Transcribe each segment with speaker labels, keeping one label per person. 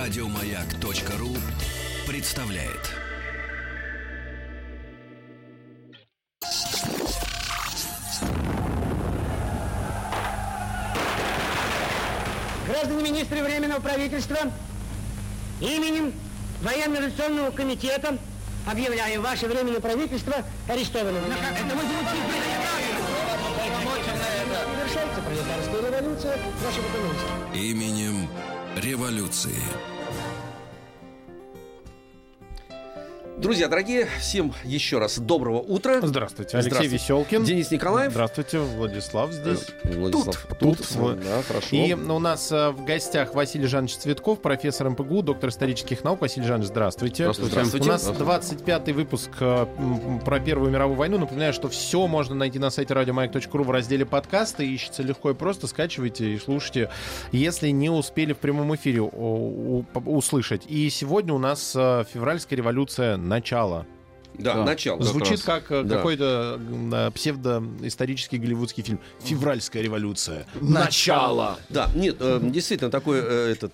Speaker 1: Радиомаяк.ру представляет.
Speaker 2: Граждане министры Временного правительства, именем Военно-революционного комитета объявляю ваше Временное правительство арестованным. Это мы завершается пролетарская революция, наша экономика.
Speaker 1: Именем революции.
Speaker 3: Друзья, дорогие, всем еще раз доброго утра.
Speaker 4: Здравствуйте, Алексей Веселкин.
Speaker 3: Денис Николаев.
Speaker 4: Здравствуйте, Владислав здесь.
Speaker 3: Владислав
Speaker 4: Тут.
Speaker 3: Да, хорошо.
Speaker 4: И у нас в гостях Василий Жанович Цветков, профессор МПГУ, доктор исторических наук. Василий Жанович, здравствуйте.
Speaker 3: Здравствуйте.
Speaker 4: У нас 25-й выпуск про Первую мировую войну. Напоминаю, что все можно найти на сайте радиомаяк.ру в разделе подкасты. Ищется легко и просто. Скачивайте и слушайте, если не успели в прямом эфире услышать. И сегодня у нас февральская революция начало.
Speaker 3: Да, начало.
Speaker 4: Звучит как какой-то псевдоисторический голливудский фильм. Февральская революция. Начало.
Speaker 3: Да, нет, действительно, такой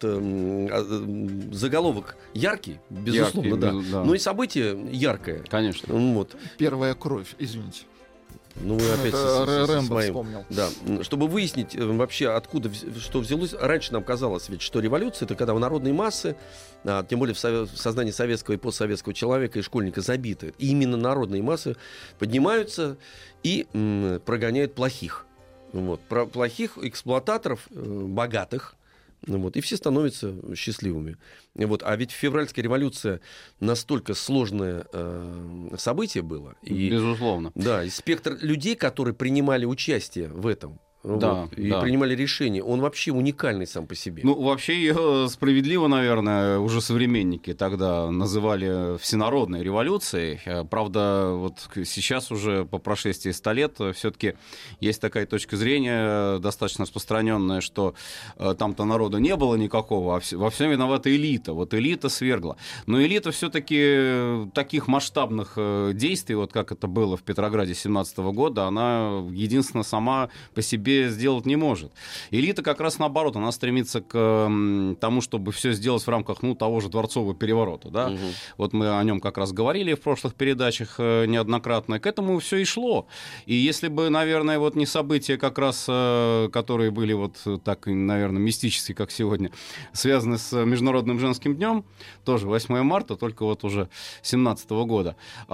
Speaker 3: заголовок яркий, безусловно,
Speaker 5: яркий, да.
Speaker 3: Но и событие яркое.
Speaker 5: Конечно.
Speaker 3: Вот.
Speaker 5: Первая кровь, извините.
Speaker 3: Ну, вы опять
Speaker 5: Рэмбо
Speaker 3: своим.
Speaker 5: вспомнил.
Speaker 3: Да. Чтобы выяснить вообще, откуда что взялось, раньше нам казалось ведь, что революция — это когда народные массы, тем более в сознании советского и постсоветского человека и школьника забиты. И именно народные массы поднимаются и прогоняют плохих. Вот. Про плохих эксплуататоров, богатых. Вот, и все становятся счастливыми. Вот, а ведь февральская революция настолько сложное событие было. И,
Speaker 5: безусловно.
Speaker 3: Да, и спектр людей, которые принимали участие в этом.
Speaker 5: Да,
Speaker 3: и принимали решения, он вообще уникальный сам по себе.
Speaker 5: Ну, вообще ее справедливо, наверное, уже современники тогда называли всенародной революцией. Правда, вот сейчас уже по прошествии 100 лет все-таки есть такая точка зрения достаточно распространенная, что там-то народа не было никакого, а во всем виновата элита. Вот элита свергла. Но элита все-таки таких масштабных действий, вот как это было в Петрограде 17 года, она единственно сама по себе сделать не может. Элита как раз наоборот, она стремится к тому, чтобы все сделать в рамках того же дворцового переворота. Да? Угу. Вот мы о нем как раз говорили в прошлых передачах неоднократно. К этому все и шло. И если бы, наверное, вот не события как раз, которые были вот так, наверное, мистические, как сегодня, связаны с Международным женским днем, тоже 8 марта, только вот уже 17 года,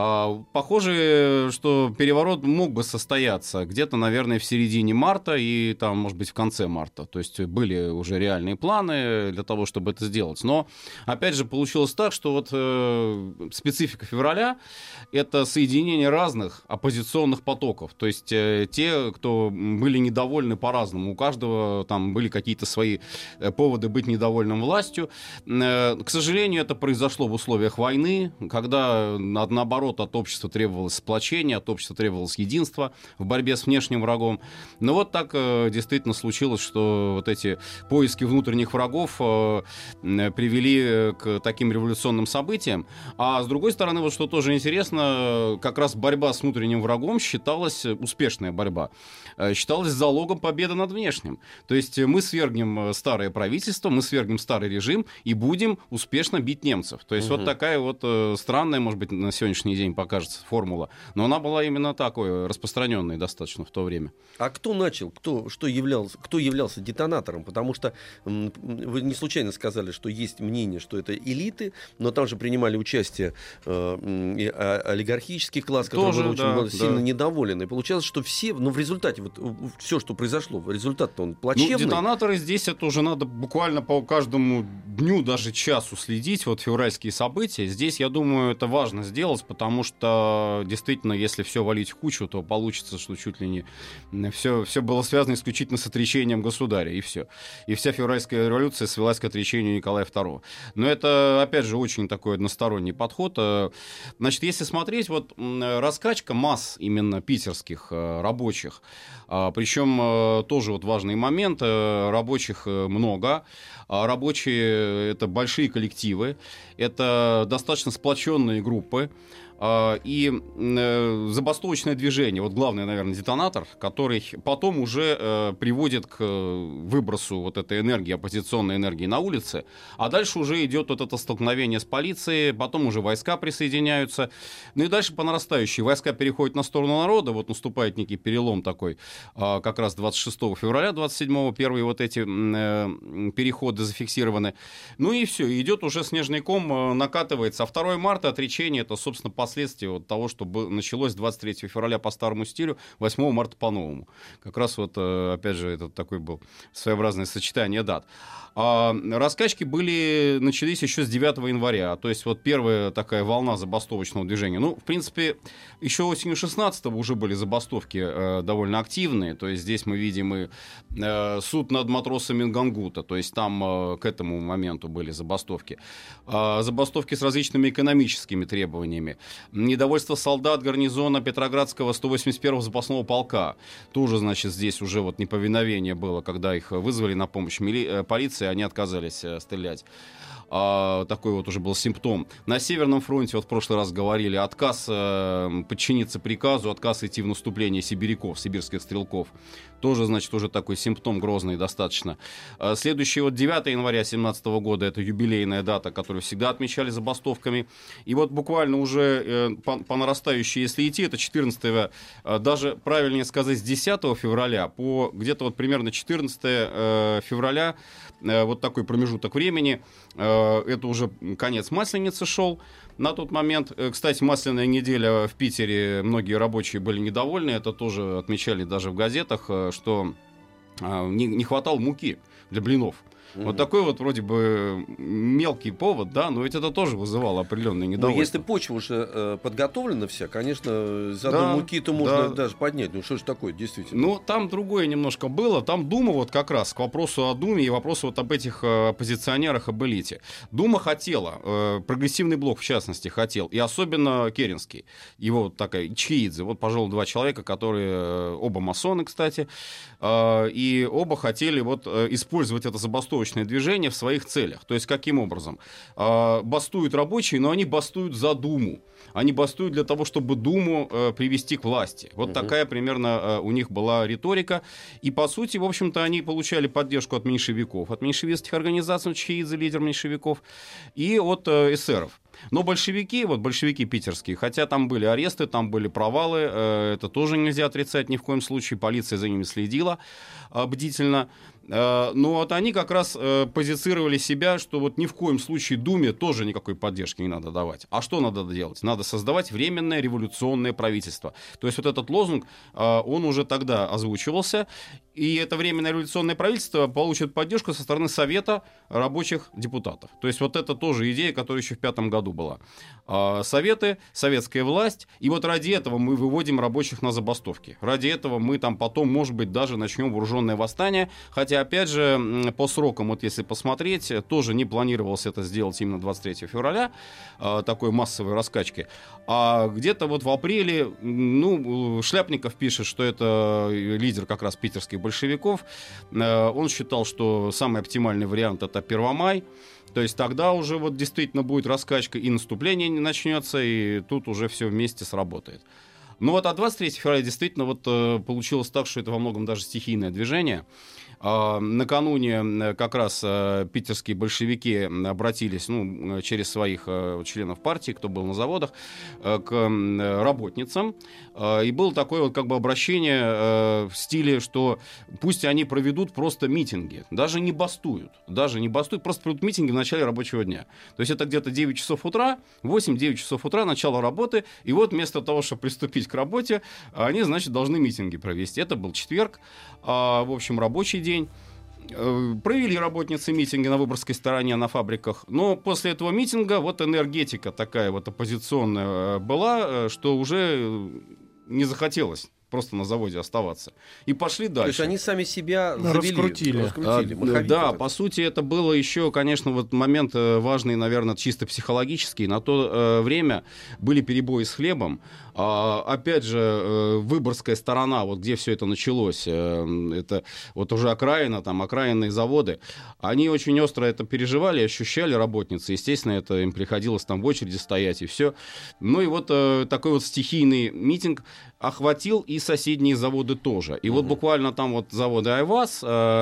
Speaker 5: похоже, что переворот мог бы состояться где-то, наверное, в середине марта и там, может быть, в конце марта. То есть были уже реальные планы для того, чтобы это сделать. Но, опять же, получилось так, что вот специфика февраля — это соединение разных оппозиционных потоков. То есть те, кто были недовольны по-разному. У каждого там были какие-то свои поводы быть недовольным властью. К сожалению, это произошло в условиях войны, когда, наоборот, от общества требовалось сплочение, от общества требовалось единство в борьбе с внешним врагом. Но вот так действительно случилось, что вот эти поиски внутренних врагов привели к таким революционным событиям. А с другой стороны, вот что тоже интересно, как раз борьба с внутренним врагом считалась, успешная борьба, считалась залогом победы над внешним. То есть мы свергнем старое правительство, мы свергнем старый режим и будем успешно бить немцев. То есть вот такая вот странная, может быть, на сегодняшний день покажется формула, но она была именно такой, распространенной достаточно в то время.
Speaker 3: А кто начал? Кто являлся детонатором? Потому что вы не случайно сказали, что есть мнение, что это элиты, но там же принимали участие олигархический класс, который
Speaker 5: тоже,
Speaker 3: был очень сильно недоволен. И получалось, что все, в результате, вот все, что произошло, результат-то он плачевный.
Speaker 5: Детонаторы здесь, это уже надо буквально по каждому дню, даже часу следить, вот февральские события. Здесь, я думаю, это важно сделать, потому что действительно, если все валить в кучу, то получится, что чуть ли не все было связано исключительно с отречением государя, и все. И вся февральская революция свелась к отречению Николая II. Но это, опять же, очень такой односторонний подход. Значит, если смотреть, вот раскачка масс именно питерских рабочих, причем тоже вот важный момент, рабочих много, рабочие — это большие коллективы, это достаточно сплоченные группы, И забастовочное движение, вот главный, наверное, детонатор, который потом уже приводит к выбросу вот этой энергии, оппозиционной энергии на улице, а дальше уже идет вот это столкновение с полицией, потом уже войска присоединяются, ну и дальше по нарастающей войска переходят на сторону народа, вот наступает некий перелом такой, как раз 26 февраля, 27-го первые вот эти переходы зафиксированы, ну и все, идет уже снежный ком, накатывается, а 2 марта отречение, это, собственно, последствия вот того, что началось 23 февраля по старому стилю, 8 марта по новому. Как раз вот, опять же, это такой был своеобразное сочетание дат. А раскачки начались еще с 9 января, то есть вот первая такая волна забастовочного движения. Ну, в принципе, еще осенью 16-го уже были забастовки довольно активные, то есть здесь мы видим и суд над матросами Нгангута, то есть там к этому моменту были забастовки. Забастовки с различными экономическими требованиями. Недовольство солдат гарнизона Петроградского 181-го запасного полка. Тоже, значит, здесь уже вот неповиновение было, когда их вызвали на помощь полиции, они отказались стрелять. Такой вот уже был симптом. На Северном фронте, вот в прошлый раз говорили, отказ подчиниться приказу, отказ идти в наступление сибиряков, сибирских стрелков. Тоже, значит, уже такой симптом грозный достаточно. Следующий, вот 9 января 2017 года, это юбилейная дата, которую всегда отмечали забастовками. И вот буквально уже по нарастающей, если идти, это 14, даже правильнее сказать, с 10 февраля по где-то вот примерно 14 февраля, вот такой промежуток времени, это уже конец Масленицы шел на тот момент. Кстати, Масляная неделя в Питере, многие рабочие были недовольны, это тоже отмечали даже в газетах, что не хватало муки для блинов. Вот такой вот вроде бы мелкий повод, да, но ведь это тоже вызывало определенное недовольство.
Speaker 3: Ну, если почва уже подготовлена вся, конечно, за одну муки-то можно даже поднять. Ну, что ж такое, действительно.
Speaker 5: Ну, там другое немножко было. Там Дума вот как раз к вопросу о Думе и вопросу вот об этих оппозиционерах, об элите. Дума хотела, прогрессивный блок в частности хотел, и особенно Керенский, его вот такая, Чхеидзе, вот, пожалуй, 2 человека, которые оба масоны, кстати, и оба хотели вот использовать это забастовочное движение в своих целях. То есть каким образом? Бастуют рабочие, но они бастуют за Думу. Они бастуют для того, чтобы Думу привести к власти. Вот такая примерно у них была риторика. И, по сути, в общем-то, они получали поддержку от меньшевиков, от меньшевистских организаций, Чхеидзе, лидер меньшевиков, и от эсеров. Но большевики питерские, хотя там были аресты, там были провалы, это тоже нельзя отрицать ни в коем случае, полиция за ними следила бдительно. Но вот они как раз позицировали себя, что вот ни в коем случае Думе тоже никакой поддержки не надо давать. А что надо делать? Надо создавать временное революционное правительство. То есть вот этот лозунг, он уже тогда озвучивался, и это временное революционное правительство получит поддержку со стороны Совета рабочих депутатов. То есть вот это тоже идея, которая еще в 2005 году была. Советы, советская власть, и вот ради этого мы выводим рабочих на забастовки. Ради этого мы там потом, может быть, даже начнем вооруженное восстание, хотя, опять же, по срокам, вот если посмотреть, тоже не планировалось это сделать именно 23 февраля, такой массовой раскачки. А где-то вот в апреле, ну, Шляпников пишет, что это лидер как раз питерских большевиков, он считал, что самый оптимальный вариант — это 1 мая, то есть тогда уже вот действительно будет раскачка, и наступление начнется, и тут уже все вместе сработает. Но вот от 23 февраля действительно вот получилось так, что это во многом даже стихийное движение. Накануне как раз питерские большевики обратились, ну, через своих членов партии, кто был на заводах, к работницам. И было такое вот как бы обращение в стиле, что пусть они проведут просто митинги, даже не бастуют, просто проведут митинги в начале рабочего дня. То есть это где-то 9 часов утра, 8-9 часов утра, начало работы, и вот вместо того, чтобы приступить к работе, они, значит, должны митинги провести. Это был четверг, в общем, рабочий день. Провели работницы митинги на Выборгской стороне, на фабриках. Но после этого митинга вот энергетика такая вот оппозиционная была, что уже не захотелось просто на заводе оставаться. И пошли дальше.
Speaker 3: То есть они сами себя завели,
Speaker 4: раскрутили.
Speaker 5: Да, по сути, это было еще, конечно, вот момент важный, наверное, чисто психологический. На то время были перебои с хлебом. Опять же, Выборгская сторона, вот где все это началось, это вот уже окраина, там окраинные заводы, они очень остро это переживали, ощущали работницы. Естественно, это им приходилось там в очереди стоять и все. Ну и вот такой вот стихийный митинг охватил и соседние заводы тоже. И вот буквально там вот заводы «Айваз»,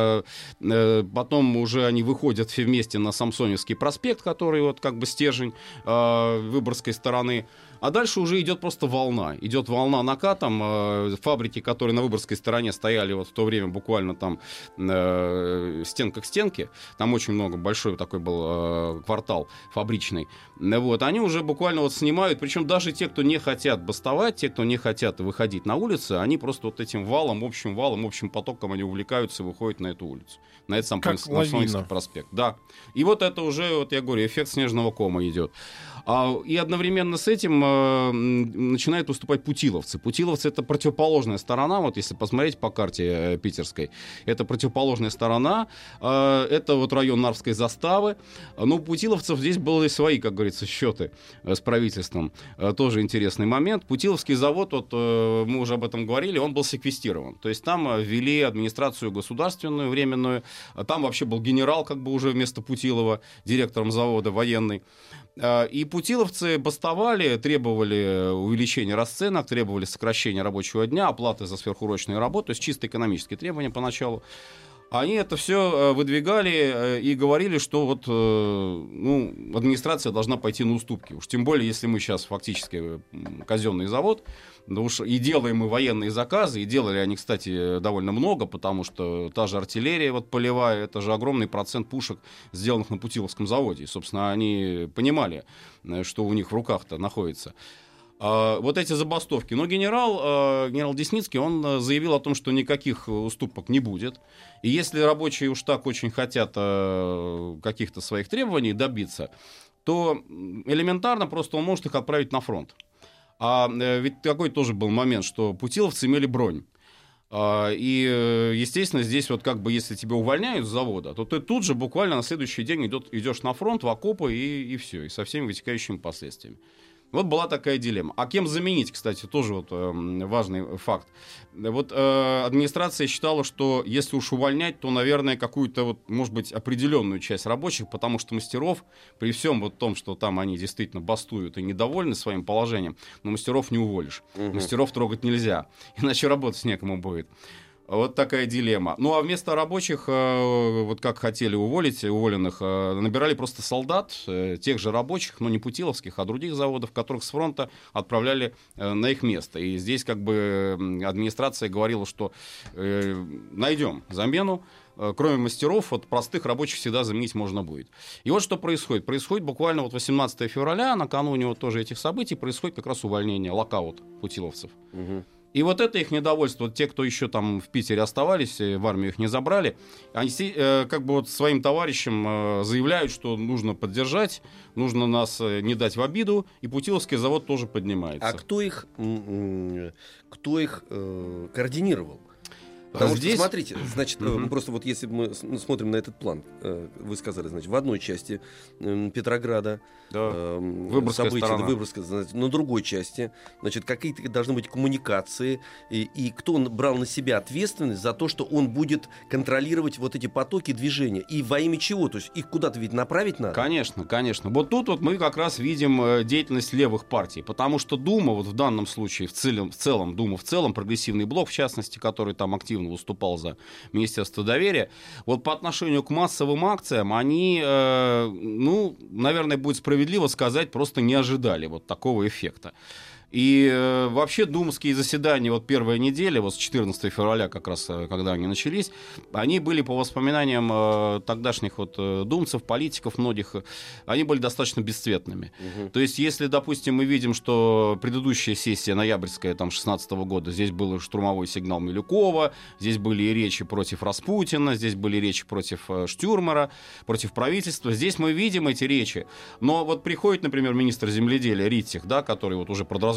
Speaker 5: потом уже они выходят все вместе на Самсоневский проспект, который вот как бы стержень Выборгской стороны. А дальше уже идет просто волна. Идет волна накатом. Фабрики, которые на Выборгской стороне стояли вот в то время буквально там стенка к стенке, там очень много, большой такой был квартал фабричный. Вот, они уже буквально вот снимают, причем даже те, кто не хотят бастовать, те, кто не хотят выходить на улицы, они просто вот этим общим потоком они увлекаются и выходят на эту улицу. На этот сам Самсоневский проспект. Да. И вот это уже, вот я говорю, эффект снежного кома идет. И одновременно с этим начинают выступать путиловцы. Путиловцы — это противоположная сторона, вот если посмотреть по карте питерской, это противоположная сторона, это вот район Нарвской заставы. Но у путиловцев здесь были свои, как говорится, счеты с правительством. Тоже интересный момент. Путиловский завод, вот мы уже об этом говорили, он был секвестирован. То есть там ввели администрацию государственную, временную. Там вообще был генерал, как бы уже вместо Путилова, директором завода, военный. И путиловцы бастовали, требовали увеличения расценок, требовали сокращения рабочего дня, оплаты за сверхурочную работу, то есть чисто экономические требования поначалу. Они это все выдвигали и говорили, что вот, администрация должна пойти на уступки. Уж тем более, если мы сейчас фактически казенный завод, да уж и делаем мы военные заказы, и делали они, кстати, довольно много, потому что та же артиллерия вот полевая, это же огромный процент пушек, сделанных на Путиловском заводе. И, собственно, они понимали, что у них в руках-то находится. Вот эти забастовки. Но генерал Десницкий, он заявил о том, что никаких уступок не будет. И если рабочие уж так очень хотят каких-то своих требований добиться, то элементарно просто он может их отправить на фронт. Ведь такой тоже был момент, что путиловцы имели бронь. И, естественно, здесь вот как бы если тебя увольняют с завода, то ты тут же буквально на следующий день идешь на фронт, в окопы и все, и со всеми вытекающими последствиями. Вот была такая дилемма. А кем заменить, кстати, тоже вот важный факт. Вот администрация считала, что если уж увольнять, то, наверное, какую-то, вот, может быть, определенную часть рабочих, потому что мастеров, при всем вот том, что там они действительно бастуют и недовольны своим положением, но мастеров не уволишь. Мастеров трогать нельзя, иначе работать некому будет. Вот такая дилемма. Ну, а вместо рабочих, вот как хотели уволить уволенных, набирали просто солдат, тех же рабочих, но не путиловских, а других заводов, которых с фронта отправляли на их место. И здесь как бы администрация говорила, что найдем замену. Кроме мастеров, вот простых рабочих всегда заменить можно будет. И вот что происходит. Происходит буквально вот 18 февраля, накануне вот тоже этих событий, происходит как раз увольнение, локаут путиловцев. И вот это их недовольство, вот те, кто еще там в Питере оставались, в армию их не забрали, они как бы вот своим товарищам заявляют, что нужно поддержать, нужно нас не дать в обиду, и Путиловский завод тоже поднимается.
Speaker 3: А кто их координировал? Потому что, смотрите, значит, просто вот если мы смотрим на этот план, вы сказали, значит, в одной части Петрограда события, Выборгская, значит, на другой части, значит, какие-то должны быть коммуникации, и кто брал на себя ответственность за то, что он будет контролировать вот эти потоки движения, и во имя чего? То есть их куда-то ведь направить надо?
Speaker 5: Конечно, конечно. Вот тут вот мы как раз видим деятельность левых партий, потому что Дума, вот в данном случае, в целом, Дума в целом, прогрессивный блок, в частности, который там активно выступал за Министерство доверия, вот по отношению к массовым акциям они, наверное, будет справедливо сказать, просто не ожидали вот такого эффекта. И вообще думские заседания, вот первая неделя, вот с 14 февраля как раз, когда они начались, они были, по воспоминаниям тогдашних вот думцев, политиков многих, они были достаточно бесцветными. То есть, если, допустим, мы видим, что предыдущая сессия ноябрьская, там, 16 года, здесь был штурмовой сигнал Милюкова, здесь были и речи против Распутина, здесь были речи против Штюрмера, против правительства, здесь мы видим эти речи. Но вот приходит, например, министр земледелия Риттих, да, который вот уже подразумевает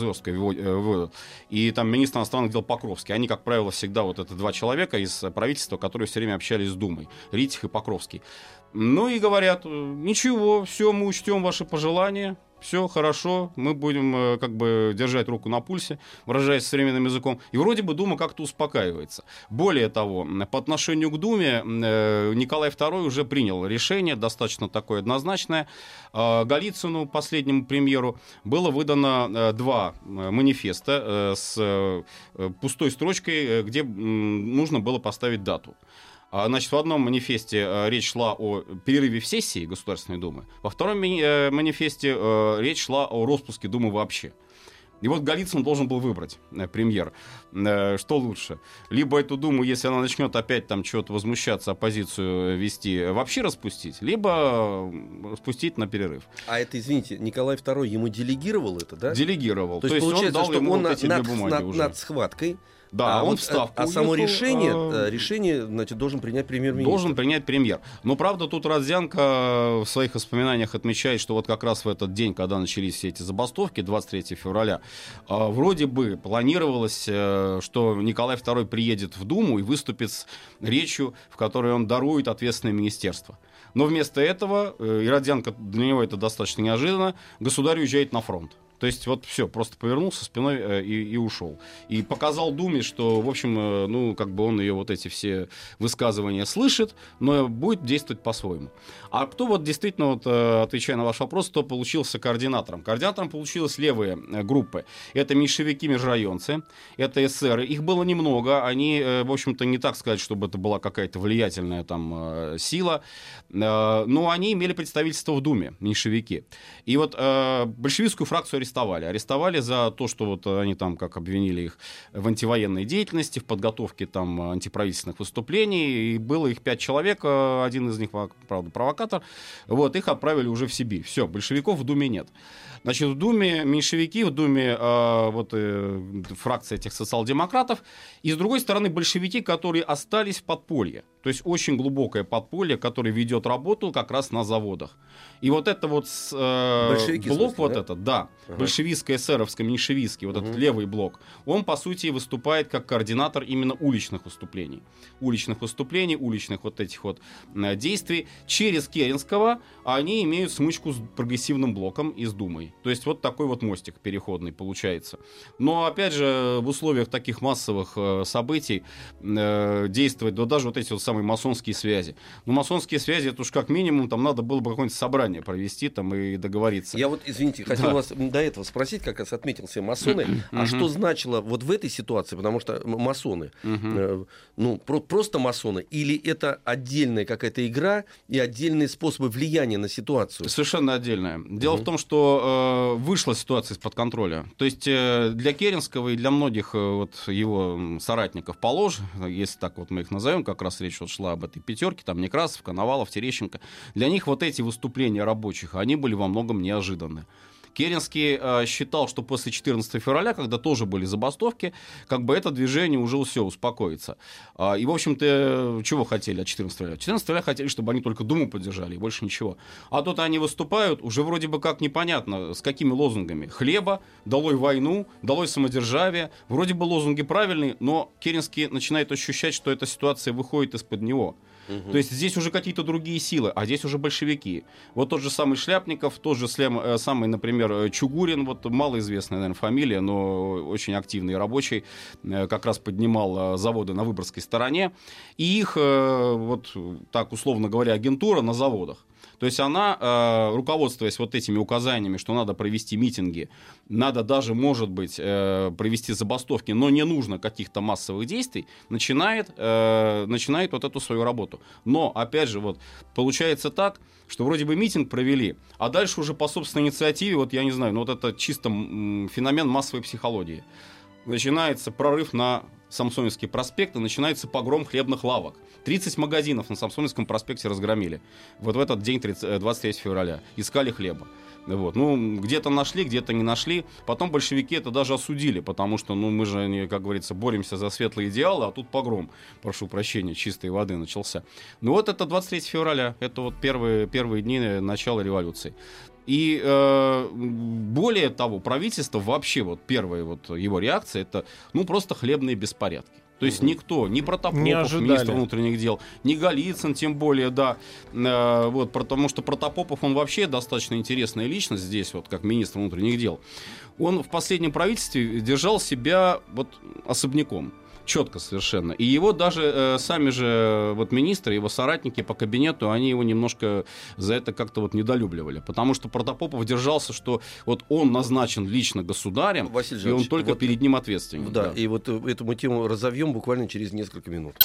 Speaker 5: Разверсткой выводят, и там министр иностранных дел Покровский. Они, как правило, всегда вот это два человека из правительства, которые все время общались с Думой. Ритих и Покровский. Ну и говорят, ничего, все, мы учтем ваши пожелания. Все хорошо, мы будем как бы держать руку на пульсе, выражаясь современным языком. И вроде бы Дума как-то успокаивается. Более того, по отношению к Думе Николай II уже принял решение, достаточно такое однозначное. Голицыну, последнему премьеру, было выдано 2 манифеста с пустой строчкой, где нужно было поставить дату. Значит, в одном манифесте речь шла о перерыве в сессии Государственной Думы, во втором манифесте речь шла о распуске Думы вообще. И вот Голицын должен был выбрать, премьер, что лучше. Либо эту Думу, если она начнет опять там что-то возмущаться, оппозицию вести, вообще распустить, либо распустить на перерыв.
Speaker 3: А это, извините, Николай II ему делегировал это, да?
Speaker 5: Делегировал.
Speaker 3: То есть получается,
Speaker 5: он дал
Speaker 3: что
Speaker 5: ему
Speaker 3: он
Speaker 5: вот эти бумаги уже.
Speaker 3: над схваткой.
Speaker 5: Да, он в Ставку
Speaker 3: само
Speaker 5: уехал,
Speaker 3: решение, значит, должен принять премьер-министр.
Speaker 5: Должен принять премьер. Но, правда, тут Родзянко в своих воспоминаниях отмечает, что вот как раз в этот день, когда начались все эти забастовки, 23 февраля, вроде бы планировалось, что Николай II приедет в Думу и выступит с речью, в которой он дарует ответственное министерство. Но вместо этого, и Родзянко, для него это достаточно неожиданно, государь уезжает на фронт. То есть вот все, просто повернулся спиной и ушел. И показал Думе, что, в общем, ну, как бы он ее вот эти все высказывания слышит, но будет действовать по-своему. А кто вот действительно, вот, отвечая на ваш вопрос, кто получился координатором? Координатором получились левые группы. Это меньшевики, межрайонцы, это эсеры. Их было немного, они, в общем-то, не так сказать, чтобы это была какая-то влиятельная там сила, но они имели представительство в Думе, меньшевики. И вот большевистскую фракцию арестовали за то, что вот они там, как обвинили их в антивоенной деятельности, в подготовке там антиправительственных выступлений, и было их 5 человек, один из них, правда, провокатор, вот, их отправили уже в Сибирь. Все, большевиков в Думе нет. Значит, в Думе меньшевики, в Думе фракция этих социал-демократов, и, с другой стороны, большевики, которые остались в подполье. То есть очень глубокое подполье, которое ведет работу как раз на заводах. И вот это вот блок, вот этот, да, большевистско-эсеровско-меньшевистский, вот этот левый блок, он, по сути, выступает как координатор именно уличных выступлений. Уличных вот этих вот действий. Через Керенского они имеют смычку с прогрессивным блоком и с Думой. То есть вот такой вот мостик переходный получается. Но, опять же, в условиях таких массовых событий действовать, да даже вот эти вот самые масонские связи. Но масонские связи, это уж как минимум, там надо было бы какое-нибудь собрание провести там и договориться.
Speaker 3: Я вот, извините, хотел вас до этого спросить, как раз отметил все масоны, а что значило вот в этой ситуации, потому что масоны, ну, просто масоны, или это отдельная какая-то игра и отдельные способы влияния на ситуацию?
Speaker 5: Совершенно отдельное. Дело в том, что вышла ситуация из-под контроля. То есть для Керенского и для многих вот его соратников по ложь, если так вот мы их назовем, как раз речь вот шла об этой пятерке, там Некрасов, Коновалов, Терещенко, для них вот эти выступления рабочих, они были во многом неожиданны. Керенский считал, что после 14 февраля, когда тоже были забастовки, как бы это движение уже все успокоится. И, в общем-то, чего хотели от 14 февраля? 14 февраля хотели, чтобы они только Думу поддержали, и больше ничего. А тут они выступают, уже вроде бы как непонятно, с какими лозунгами. Хлеба, долой войну, долой самодержавие. Вроде бы лозунги правильные, но Керенский начинает ощущать, что эта ситуация выходит из-под него. То есть здесь уже какие-то другие силы, а здесь уже большевики. Вот тот же самый Шляпников, тот же самый, например, Чугурин, вот малоизвестная, наверное, фамилия, но очень активный рабочий, как раз поднимал заводы на Выборгской стороне. И их, вот так условно говоря, агентура на заводах. То есть она, руководствуясь вот этими указаниями, что надо провести митинги, надо даже, может быть, провести забастовки, но не нужно каких-то массовых действий, начинает вот эту свою работу. Но, опять же, вот получается так, что вроде бы митинг провели, а дальше уже по собственной инициативе, вот я не знаю, ну вот это чисто феномен массовой психологии. Начинается прорыв на Самсоневский проспект, и начинается погром хлебных лавок. 30 магазинов на Самсоневском проспекте разгромили. Вот в этот день, 23 февраля. Искали хлеба. Вот. Ну, где-то нашли, где-то не нашли. Потом большевики это даже осудили, потому что, ну, мы же, как говорится, боремся за светлые идеалы, а тут погром, прошу прощения, чистой воды начался. Ну вот это 23 февраля, это вот первые дни начала революции. И более того, правительство вообще, вот первая вот его реакция, это просто хлебные беспорядки. То есть никто, ни Протопопов, министр внутренних дел, ни Голицын, тем более, да. Вот, потому что Протопопов, он вообще достаточно интересная личность здесь, вот как министр внутренних дел. Он в последнем правительстве держал себя вот особняком. Четко совершенно. И его даже сами же вот министры, его соратники по кабинету, они его немножко за это как-то вот недолюбливали. Потому что Протопопов держался, что вот он назначен лично государем, и он только вот перед ним ответственен.
Speaker 3: Да, и вот эту мы тему разовьем буквально через несколько минут.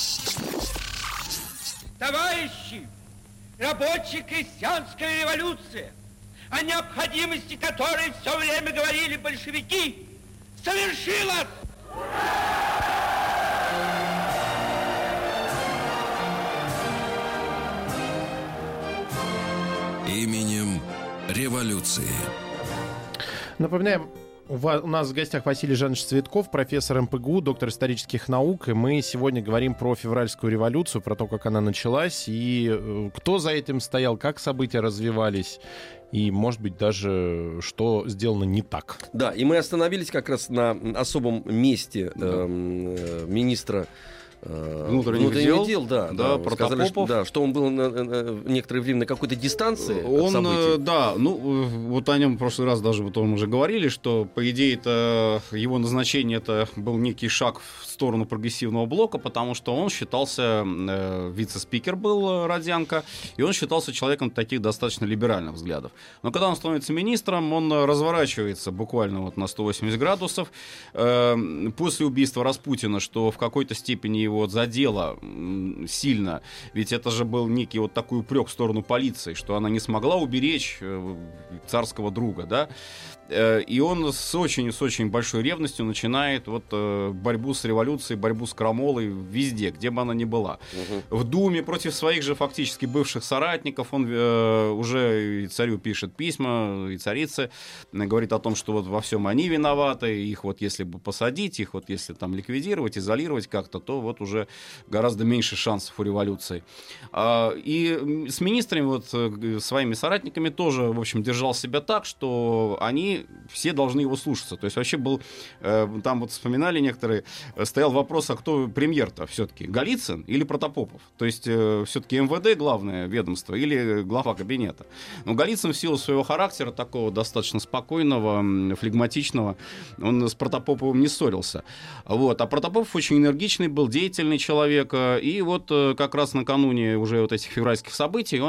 Speaker 6: Товарищи, рабоче-крестьянская революция, о необходимости которой все время говорили большевики, совершилась!
Speaker 1: Именем революции.
Speaker 4: Напоминаем, у нас в гостях Василий Жанович Цветков, профессор МПГУ, доктор исторических наук. И мы сегодня говорим про февральскую революцию, про то, как она началась, и кто за этим стоял, как события развивались, и, может быть, даже что сделано не так.
Speaker 3: Да, и мы остановились как раз на особом месте министра
Speaker 5: внутренних дел,
Speaker 3: да, сказали, что он был некоторое время на какой-то дистанции от событий.
Speaker 5: Да, вот о нем в прошлый раз даже вот мы уже говорили, что, по идее, это его назначение это был некий шаг в сторону прогрессивного блока, потому что он считался, вице-спикер был Родянко, и он считался человеком таких достаточно либеральных взглядов. Но когда он становится министром, он разворачивается буквально вот на 180 градусов. После убийства Распутина, что в какой-то степени его задело сильно, ведь это же был некий вот такой упрек в сторону полиции, что она не смогла уберечь царского друга, да, и он с очень большой ревностью начинает вот борьбу с революцией, борьбу с крамолой везде, где бы она ни была. В Думе против своих же фактически бывших соратников он уже и царю пишет письма, и царице говорит о том, что вот во всем они виноваты, их вот если бы посадить, их вот если там ликвидировать, изолировать как-то, то вот уже гораздо меньше шансов у революции. И с министрами, вот своими соратниками тоже, в общем, держал себя так, что они все должны его слушаться. То есть вообще был, там вот вспоминали некоторые, стоял вопрос, а кто премьер-то все-таки, Голицын или Протопопов? То есть все-таки МВД главное ведомство или глава кабинета? Но Голицын в силу своего характера, такого достаточно спокойного, флегматичного, он с Протопоповым не ссорился. Вот. А Протопопов очень энергичный был, деятельный человек, и вот как раз накануне уже вот этих февральских событий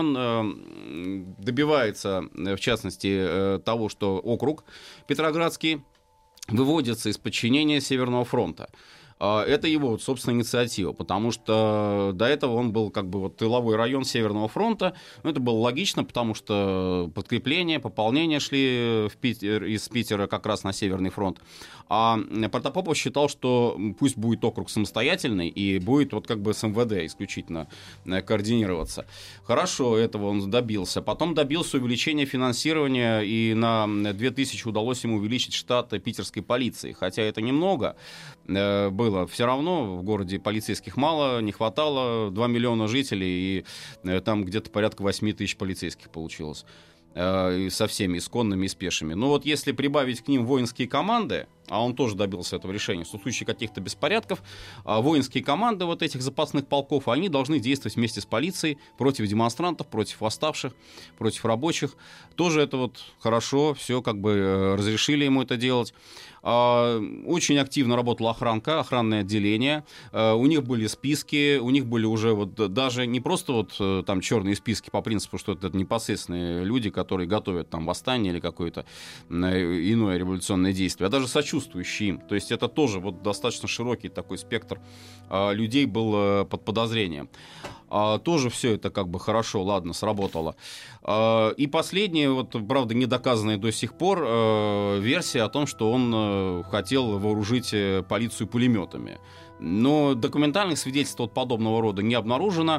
Speaker 5: он добивается, в частности, того, что округ Петроградский выводится из подчинения Северного фронта. Это его, вот, собственно, инициатива, потому что до этого он был как бы вот тыловой район Северного фронта. Это было логично, потому что подкрепления, пополнения шли из Питера как раз на Северный фронт. А Протопопов считал, что пусть будет округ самостоятельный и будет вот как бы с МВД исключительно координироваться. Хорошо, этого он добился. Потом добился увеличения финансирования, и на 2000 удалось ему увеличить штат питерской полиции. Хотя это немного было. Все равно в городе полицейских мало, не хватало. 2 миллиона жителей, и там где-то порядка 8 тысяч полицейских получилось. И со всеми, и с конными, и с пешими. Но вот если прибавить к ним воинские команды, а он тоже добился этого решения, что в случае каких-то беспорядков воинские команды вот этих запасных полков, они должны действовать вместе с полицией против демонстрантов, против восставших, против рабочих. Тоже это вот хорошо, все как бы разрешили ему это делать. Очень активно работала охранка, охранное отделение. У них были списки, у них были уже вот даже не просто вот там черные списки по принципу, что это непосредственные люди, которые готовят там восстание или какое-то иное революционное действие, а даже сочувствующие им. То есть это тоже вот достаточно широкий такой спектр людей был под подозрением. Тоже все это как бы хорошо, ладно, сработало. И последняя, вот, правда, не доказанная до сих пор версия о том, что он хотел вооружить полицию пулеметами. Но документальных свидетельств от подобного рода не обнаружено.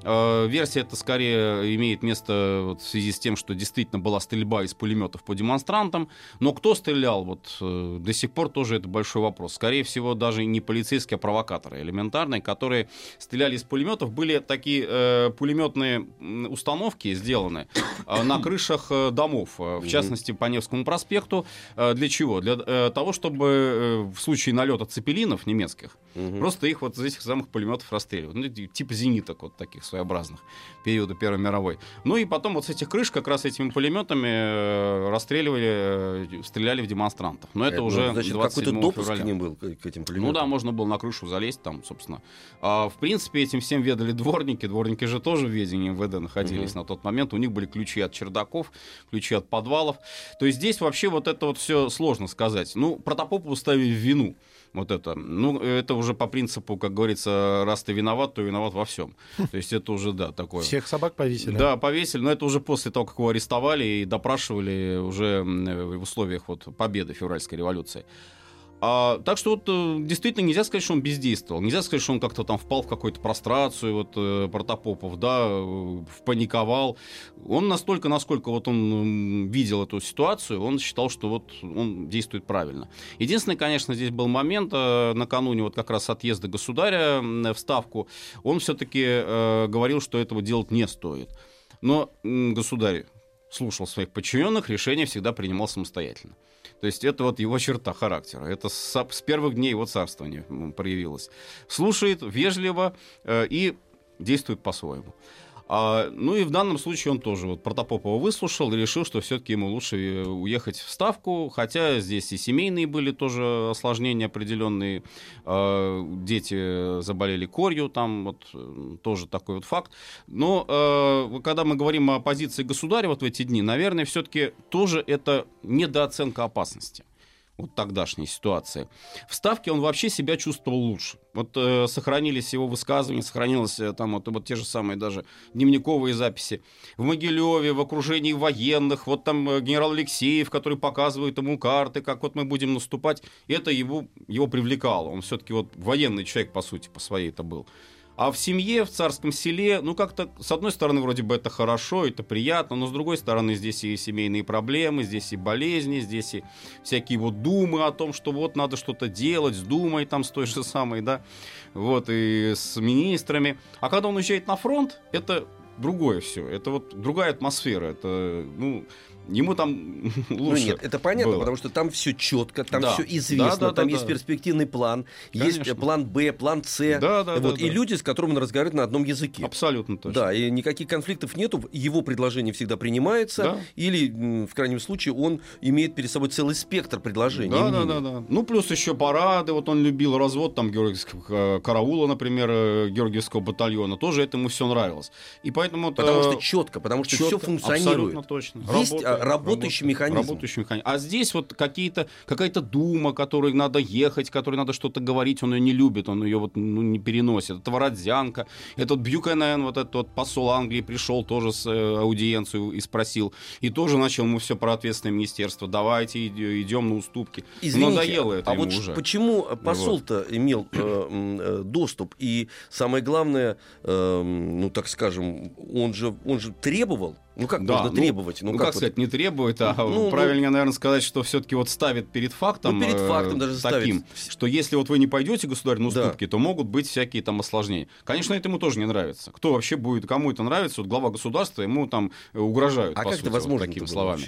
Speaker 5: Версия эта скорее имеет место вот в связи с тем, что действительно была стрельба из пулеметов по демонстрантам. Но кто стрелял, вот до сих пор тоже это большой вопрос. Скорее всего, даже не полицейские, а провокаторы элементарные, которые стреляли из пулеметов. Были такие пулеметные установки сделаны на крышах домов, в частности, по Невскому проспекту. Для чего? Для того, чтобы в случае налета цепелинов немецких просто их вот из этих самых пулеметов расстреливать. Ну, типа зениток вот таких своеобразных периода Первой мировой. Ну и потом вот с этих крыш как раз этими пулеметами стреляли в демонстрантов. Но это уже 27
Speaker 3: какой-то допуск
Speaker 5: февраля.
Speaker 3: к ним был, к этим пулеметам?
Speaker 5: Ну да, можно было на крышу залезть там, собственно. В принципе, этим всем ведали дворники. Дворники же тоже в ведении МВД находились на тот момент. У них были ключи от чердаков, ключи от подвалов. То есть здесь вообще вот это вот все сложно сказать. Ну, Протопопову ставили в вину. Вот это. Ну, это уже по принципу, как говорится, раз ты виноват, то виноват во всем. То есть это уже, да, такое.
Speaker 4: Всех собак повесили?
Speaker 5: Да, повесили, но это уже после того, как его арестовали и допрашивали уже в условиях вот победы февральской революции. Так что вот действительно нельзя сказать, что он бездействовал. Нельзя сказать, что он как-то там впал в какую-то прострацию, вот Протопопов, да, впаниковал. Он настолько, насколько вот он видел эту ситуацию, он считал, что вот он действует правильно. Единственный, конечно, здесь был момент, накануне вот как раз отъезда государя в Ставку, он все-таки говорил, что этого делать не стоит. Но государь слушал своих подчиненных, решение всегда принимал самостоятельно. То есть это вот его черта характера. Это с первых дней его царствования проявилось. Слушает вежливо и действует по-своему. Ну и в данном случае он тоже вот Протопопова выслушал и решил, что все-таки ему лучше уехать в Ставку, хотя здесь и семейные были тоже осложнения определенные, дети заболели корью, там вот тоже такой вот факт. Но когда мы говорим о позиции государя вот в эти дни, наверное, все-таки тоже это недооценка опасности. Вот тогдашней ситуации. В Ставке он вообще себя чувствовал лучше. Вот сохранились его высказывания, сохранились там вот те же самые даже дневниковые записи. В Могилеве, в окружении военных, вот там генерал Алексеев, который показывает ему карты, как вот мы будем наступать. Это его привлекало. Он все-таки вот военный человек, по сути, по своей это был. А в семье, в царском селе, ну как-то, с одной стороны, вроде бы это хорошо, это приятно, но с другой стороны, здесь и семейные проблемы, здесь и болезни, здесь и всякие вот думы о том, что вот надо что-то делать с Думой, там, с той же самой, да, вот, и с министрами. А когда он уезжает на фронт, это другое все, это вот другая атмосфера, это, ну... Ему там лучше. Ну
Speaker 3: нет, это понятно,
Speaker 5: было.
Speaker 3: Потому что там все четко, там
Speaker 5: да.
Speaker 3: все известно, там есть
Speaker 5: да.
Speaker 3: перспективный план,
Speaker 5: Конечно.
Speaker 3: есть план Б, план С. Вот, и люди, с которыми он разговаривает на одном языке.
Speaker 5: Абсолютно точно.
Speaker 3: Да, и никаких конфликтов нету, его предложение всегда принимается, или, в крайнем случае, он имеет перед собой целый спектр предложений.
Speaker 5: Да. Ну, плюс еще парады, вот он любил развод, там, Георгиевского караула, например, Георгиевского батальона, тоже этому все нравилось. И поэтому...
Speaker 3: Потому что четко, потому что все функционирует.
Speaker 5: Абсолютно точно.
Speaker 3: Есть работающий механизм.
Speaker 5: А здесь вот какая-то дума, которой надо ехать, которой надо что-то говорить, он ее не любит, он ее вот, не переносит. Это Вородзянко, этот Бьюкенен, вот этот вот посол Англии пришел тоже с аудиенцию и спросил. И тоже начал ему все про ответственное министерство. Давайте идем на уступки.
Speaker 3: Извините,
Speaker 5: надоело это ему
Speaker 3: вот
Speaker 5: уже.
Speaker 3: Почему посол-то имел доступ? И самое главное, ну так скажем, он же требовал. Ну как можно требовать?
Speaker 5: Ну как сказать, не требует, а правильнее, наверное, сказать, что все-таки вот ставит перед фактом,
Speaker 3: перед фактом даже
Speaker 5: таким, что если вот вы не пойдете, государь, на уступки, то могут быть всякие там осложнения. Конечно, это ему тоже не нравится. Кто вообще будет, кому это нравится? Вот глава государства, ему там угрожают, по сути, вот такими словами.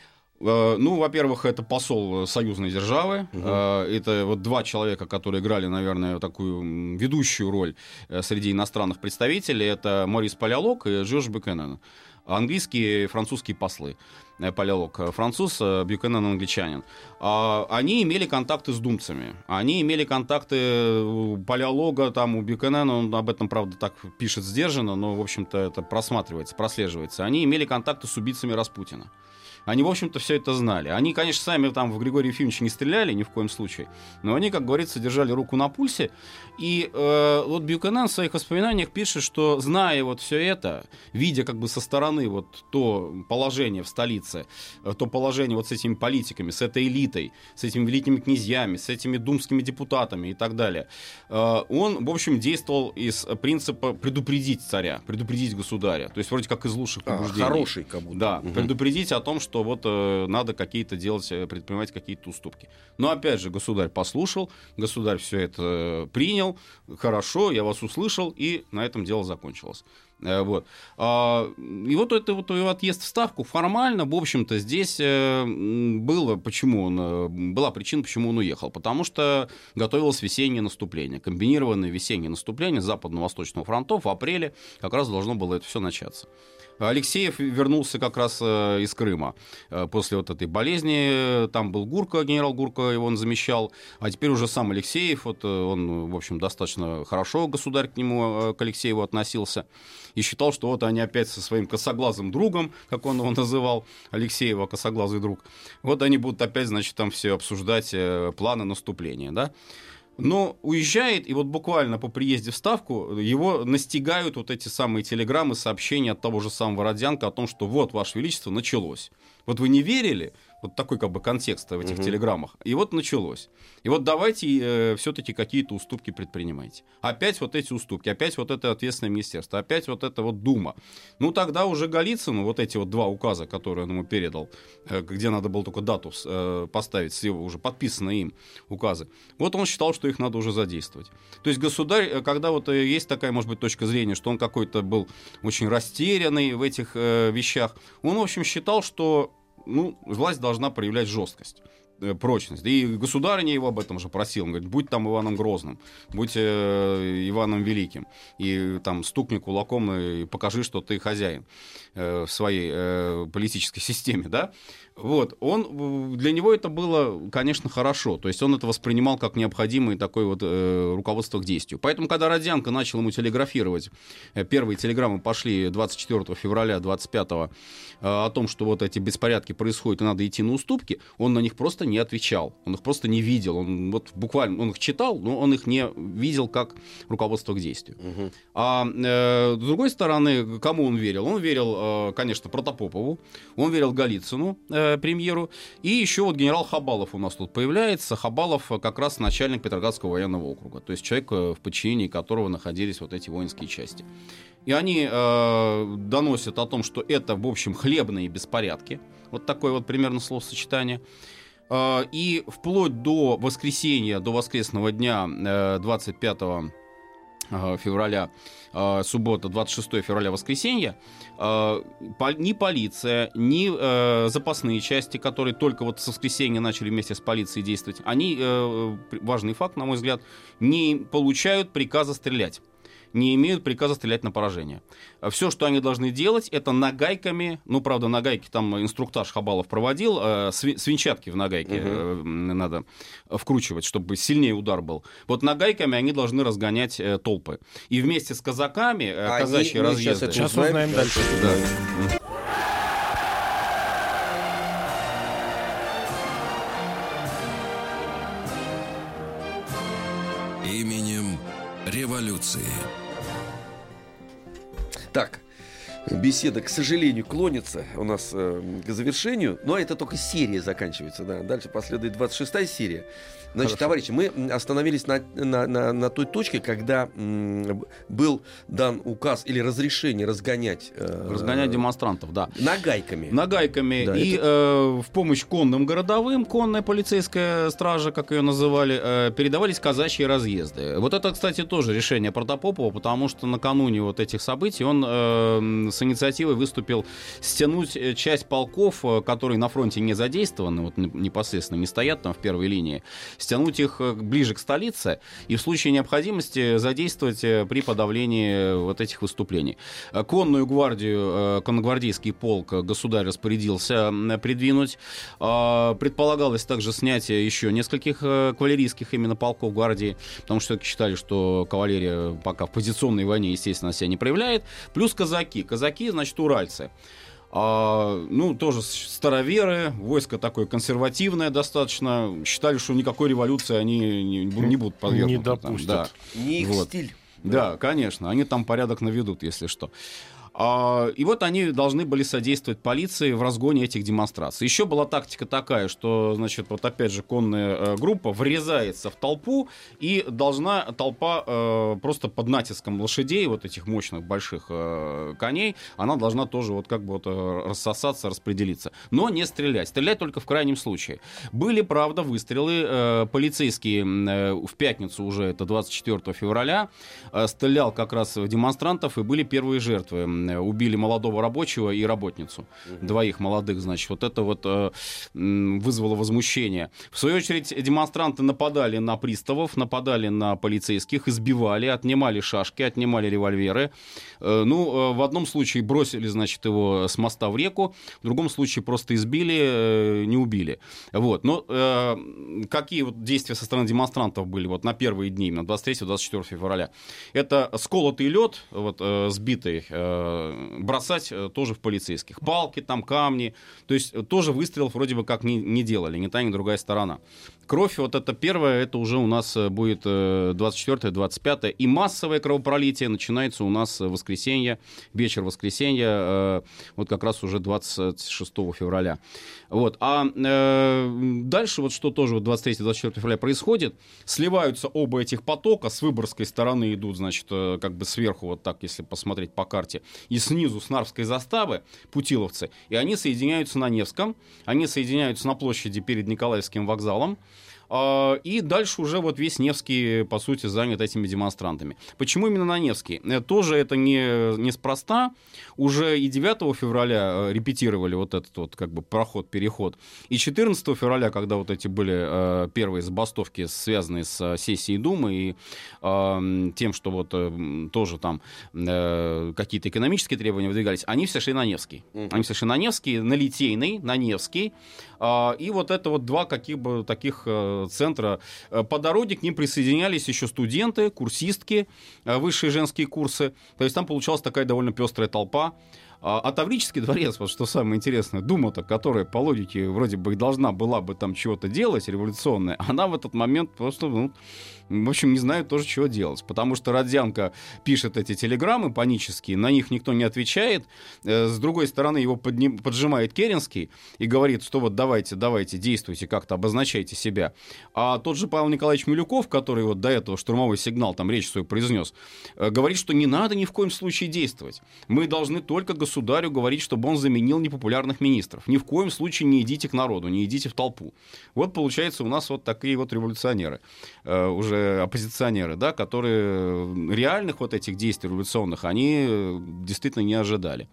Speaker 5: Ну, во-первых, это посол союзной державы. Это вот два человека, которые играли, наверное, такую ведущую роль среди иностранных представителей. Это Морис Палеолог и Джордж Бюкенен. Английские и французские послы. Палеолог француз, Бюкенен англичанин. Они имели контакты с думцами. Они имели контакты у Палеолога, там, у Бюкенена, он об этом, правда, так пишет сдержанно, но, в общем-то, это просматривается, прослеживается. Они имели контакты с убийцами Распутина. Они, в общем-то, все это знали. Они, конечно, сами там в Григория Ефимовича не стреляли ни в коем случае, но они, как говорится, держали руку на пульсе. И вот Бюкенен в своих воспоминаниях пишет, что, зная вот все это, видя как бы со стороны вот то положение в столице, столице, то положение вот с этими политиками, с этой элитой, с этими великими князьями, с этими думскими депутатами и так далее, он, в общем, действовал из принципа предупредить царя, предупредить государя. То есть вроде как из лучших побуждений.
Speaker 3: Хороший как будто.
Speaker 5: Да, предупредить о том, что вот надо какие-то делать, предпринимать какие-то уступки. Но опять же, государь послушал, государь все это принял, хорошо, я вас услышал, и на этом дело закончилось. Вот. И вот это вот его отъезд в Ставку формально, в общем-то, здесь была причина, почему он уехал. Потому что готовилось весеннее наступление, комбинированное весеннее наступление Западно-Восточного фронтов. В апреле как раз должно было это все начаться. Алексеев вернулся как раз из Крыма после вот этой болезни. Там был Гурко, генерал Гурко, его он замещал. А теперь уже сам Алексеев, вот он, в общем, достаточно хорошо, государь к нему, к Алексееву относился. И считал, что вот они опять со своим косоглазым другом, как он его называл, Алексеева, косоглазый друг, вот они будут опять, значит, там все обсуждать планы наступления, да. Но уезжает, и вот буквально по приезде в Ставку его настигают вот эти самые телеграммы, сообщения от того же самого Родзянко о том, что вот, Ваше Величество, началось. Вот вы не верили, вот такой как бы контекст в этих телеграммах, и вот началось. И вот давайте все-таки какие-то уступки предпринимайте. Опять вот эти уступки, опять вот это ответственное министерство, опять вот это вот Дума. Ну тогда уже Голицыну вот эти вот два указа, которые он ему передал, где надо было только дату поставить, уже подписанные им указы, вот он считал, что их надо уже задействовать. То есть государь, когда вот есть такая, может быть, точка зрения, что он какой-то был очень растерянный в этих вещах, он, в общем, считал, что власть должна проявлять жесткость, прочность. Да и государыня его об этом же просил. Он говорит, будь там Иваном Грозным, будь Иваном Великим. И там стукни кулаком и покажи, что ты хозяин в своей политической системе, да? Вот. Для него это было, конечно, хорошо. То есть он это воспринимал как необходимое такое вот руководство к действию. Поэтому, когда Родзянко начал ему телеграфировать, первые телеграммы пошли 24 февраля, 25 о том, что вот эти беспорядки происходят и надо идти на уступки, он на них просто не отвечал. Он их просто не видел. Он вот буквально он их читал, но он их не видел как руководство к действию. А с другой стороны, кому он верил? Он верил, конечно, Протопопову, он верил Голицыну, премьеру, и еще вот генерал Хабалов у нас тут появляется. Хабалов как раз начальник Петроградского военного округа, то есть человек, в подчинении которого находились вот эти воинские части. И они доносят о том, что это, в общем, хлебные беспорядки. Вот такое вот примерно словосочетание. И вплоть до воскресенья, до воскресного дня 25 февраля, суббота, 26 февраля, воскресенье, ни полиция, ни запасные части, которые только вот с воскресенья начали вместе с полицией действовать, они, важный факт, на мой взгляд, не получают приказа стрелять. Не имеют приказа стрелять на поражение. Все, что они должны делать, это нагайками, правда, нагайки там инструктаж Хабалов проводил, свинчатки в нагайке надо вкручивать, чтобы сильнее удар был. Вот нагайками они должны разгонять толпы. И вместе с казаками, казачьи разъезды...
Speaker 4: Сейчас узнаем дальше.
Speaker 5: Да.
Speaker 1: Именем революции.
Speaker 3: Так, беседа, к сожалению, клонится у нас к завершению, но это только серия заканчивается. Да. Дальше последует 26-я серия. Значит, товарищи, мы остановились на той точке, когда был дан указ или разрешение разгонять
Speaker 5: демонстрантов, да.
Speaker 3: Нагайками.
Speaker 5: Нагайками. Да, и в помощь конным городовым, конная полицейская стража, как ее называли, передавались казачьи разъезды. Вот это, кстати, тоже решение Протопопова, потому что накануне вот этих событий он с инициативой выступил стянуть часть полков, которые на фронте не задействованы, вот непосредственно не стоят там в первой линии, стянуть их ближе к столице и в случае необходимости задействовать при подавлении вот этих выступлений. Конную гвардию, конногвардейский полк государь распорядился придвинуть. Предполагалось также снятие еще нескольких кавалерийских именно полков гвардии, потому что считали, что кавалерия пока в позиционной войне, естественно, себя не проявляет. Плюс казаки. Казаки, значит, уральцы. Тоже староверы, войско такое консервативное достаточно. Считали, что никакой революции они не будут подвергнуты.
Speaker 4: Не допустят.
Speaker 3: Не их стиль.
Speaker 5: Да, конечно. Они там порядок наведут, если что. И вот они должны были содействовать полиции в разгоне этих демонстраций. Еще была тактика такая, что, значит, вот опять же конная группа врезается в толпу, и должна толпа просто под натиском лошадей, вот этих мощных больших коней, она должна тоже вот как бы вот рассосаться, распределиться. Но не стрелять. Стрелять только в крайнем случае. Были, правда, выстрелы. Полицейские в пятницу уже, это 24 февраля, стрелял как раз в демонстрантов, и были первые жертвы. Убили молодого рабочего и работницу. Двоих молодых, значит. Вот это вот вызвало возмущение. В свою очередь, демонстранты нападали на приставов, нападали на полицейских, избивали, отнимали шашки, отнимали револьверы. Ну, в одном случае бросили, значит, его с моста в реку, в другом случае просто избили, не убили. Вот. Но какие вот действия со стороны демонстрантов были вот на первые дни, на 23-24 февраля? Это сколотый лед, вот, сбитый, бросать тоже в полицейских. Палки, там, камни. То есть тоже выстрелов вроде бы как не делали, ни та, ни другая сторона. Кровь, вот это первое, это уже у нас будет 24-25. И массовое кровопролитие начинается у нас в воскресенье, вечер воскресенья, вот как раз уже 26 февраля. Вот. А дальше вот что тоже вот 23-24 февраля происходит, сливаются оба этих потока, с Выборгской стороны идут, значит, как бы сверху, вот так, если посмотреть по карте, и снизу с Нарвской заставы путиловцы, и они соединяются на Невском, они соединяются на площади перед Николаевским вокзалом, и дальше уже вот весь Невский, по сути, занят этими демонстрантами. Почему именно на Невский? Тоже это неспроста. Уже и 9 февраля репетировали вот этот вот как бы проход-переход. И 14 февраля, когда вот эти были первые забастовки, связанные с сессией Думы и тем, что вот тоже там какие-то экономические требования выдвигались, они все шли на Невский. Они все шли на Невский, на Литейный, на Невский. И вот это вот два каких бы таких центра. По дороге к ним присоединялись еще студенты, курсистки, высшие женские курсы. То есть там получалась такая довольно пестрая толпа. А Таврический дворец, вот что самое интересное, Дума-то, которая по логике вроде бы должна была бы там чего-то делать революционное, она в этот момент просто, в общем, не знает тоже, чего делать. Потому что Родзянко пишет эти телеграммы панические, на них никто не отвечает. С другой стороны, его поджимает Керенский и говорит, что вот давайте, действуйте как-то, обозначайте себя. А тот же Павел Николаевич Милюков, который вот до этого штурмовой сигнал, там речь свою произнес, говорит, что не надо ни в коем случае действовать. Мы должны только государю говорить, чтобы он заменил непопулярных министров. Ни в коем случае не идите к народу, не идите в толпу. Вот получается у нас вот такие вот революционеры, уже оппозиционеры, да, которые реальных вот этих действий революционных они действительно не ожидали.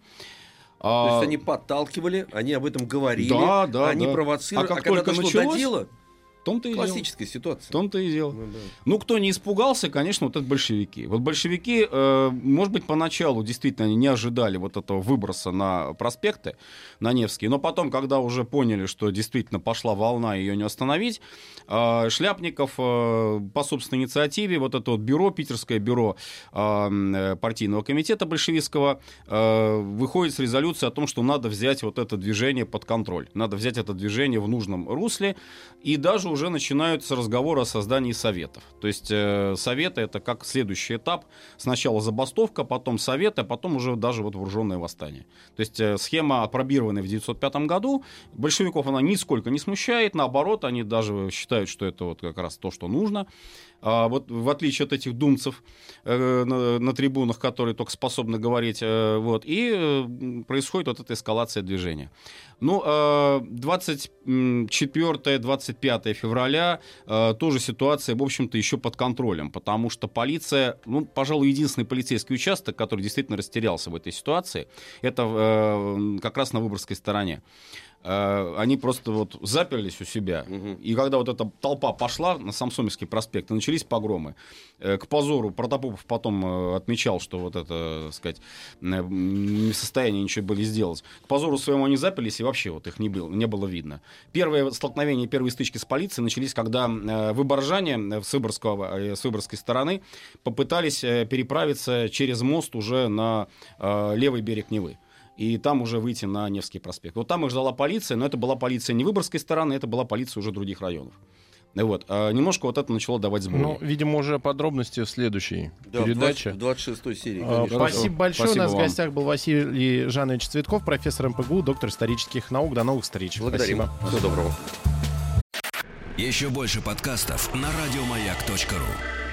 Speaker 3: То есть они подталкивали, они об этом говорили, они провоцировали,
Speaker 5: как
Speaker 3: когда
Speaker 5: только
Speaker 3: дошло до дела,
Speaker 5: классическая
Speaker 3: ситуация.
Speaker 5: В том-то и дело. Ну, кто не испугался, конечно, вот это большевики. Вот большевики, может быть, поначалу действительно они не ожидали вот этого выброса на проспекты, на Невский, но потом, когда уже поняли, что действительно пошла волна, ее не остановить, Шляпников по собственной инициативе, вот это вот бюро, питерское бюро партийного комитета большевистского, выходит с резолюцией о том, что надо взять вот это движение под контроль, надо взять это движение в нужном русле, и даже уже начинаются разговоры о создании советов. То есть советы — это как следующий этап. Сначала забастовка, потом советы, а потом уже даже вот вооруженное восстание. То есть схема, опробированная в 1905 году, большевиков она нисколько не смущает, наоборот, они даже считают, что это вот как раз то, что нужно. Вот в отличие от этих думцев на трибунах, которые только способны говорить, вот, и происходит вот эта эскалация движения. Ну, 24-25 февраля тоже ситуация, в общем-то, еще под контролем, потому что полиция, ну, пожалуй, единственный полицейский участок, который действительно растерялся в этой ситуации, это как раз на Выборгской стороне. Они просто вот заперлись у себя. И когда вот эта толпа пошла на Самсоневский проспект, и начались погромы. К позору Протопопов потом отмечал, что вот это, так сказать, не в состоянии ничего были сделать. К позору своему они заперлись, и вообще вот их не было видно. Первые столкновения, первые стычки с полицией начались, когда выборжане с Выборгской стороны попытались переправиться через мост уже на левый берег Невы. И там уже выйти на Невский проспект. Вот там их ждала полиция, но это была полиция не Выборгской стороны, это была полиция уже других районов. Вот. А немножко вот это начало давать сбой.
Speaker 4: Ну, видимо, уже подробности в следующей передаче.
Speaker 3: В 26-й серии,
Speaker 4: Спасибо
Speaker 3: конечно.
Speaker 4: большое.
Speaker 5: Спасибо
Speaker 4: У нас в
Speaker 5: вам.
Speaker 4: гостях был Василий Жанович Цветков, профессор МПГУ, доктор исторических наук. До новых встреч.
Speaker 3: Благодарим.
Speaker 4: Спасибо.
Speaker 3: Всего доброго.
Speaker 1: Еще больше подкастов на радиомаяк.ру.